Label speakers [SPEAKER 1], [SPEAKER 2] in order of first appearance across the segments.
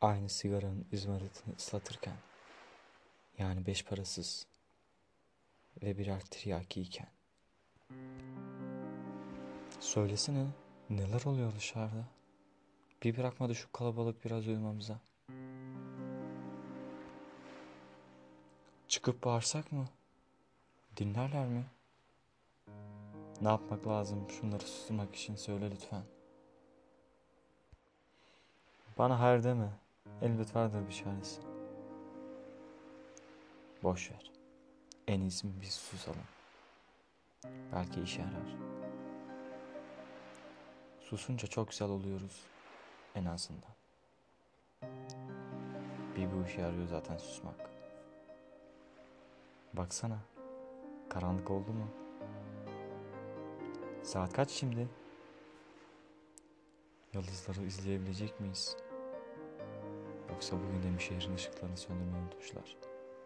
[SPEAKER 1] Aynı sigaranın izmaritini ıslatırken, yani beş parasız ve birer tiryaki iken. Söylesene, neler oluyor dışarıda? Bir bırakmadı şu kalabalık biraz uyumamıza. Çıkıp bağırsak mı? Dinlerler mi? Ne yapmak lazım şunları susturmak için söyle lütfen. Bana hayır deme. Elbet vardır bir çaresi. Boş ver. En iyisi biz susalım. Belki işe yarar. Susunca çok güzel oluyoruz en azından. Bir bu işe yarıyor zaten susmak. Baksana, karanlık oldu mu? Saat kaç şimdi? Yıldızları izleyebilecek miyiz? Yoksa bugün de mi şehrin ışıklarını söndürmeyi unutmuşlar?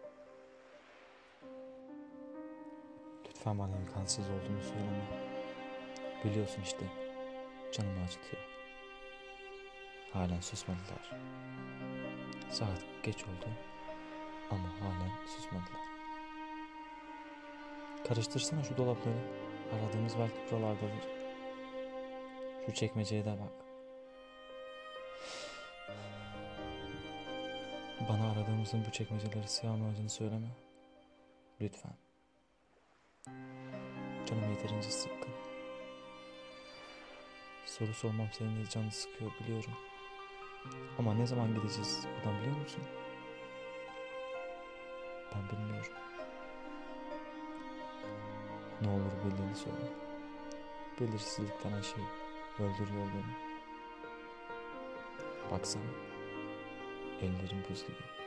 [SPEAKER 1] Lütfen bana imkansız olduğunu söyleme. Biliyorsun işte, canımı acıtıyor. Halen susmadılar. Saat geç oldu ama halen susmadılar. Karıştırsana şu dolapları. Aradığımız belki buralardadır. Şu çekmeceye de bak. Bana aradığımızın bu çekmeceleri sığamayacağını söyleme. Lütfen. Canım yeterince sıkkın. Soru sormam senin de canını sıkıyor biliyorum. Ama ne zaman gideceğiz buradan biliyor musun? Ben bilmiyorum. Ne olur bildiğini söyle. Belirsizlikten her şey öldürüyor beni. Baksana, ellerim buz gibi.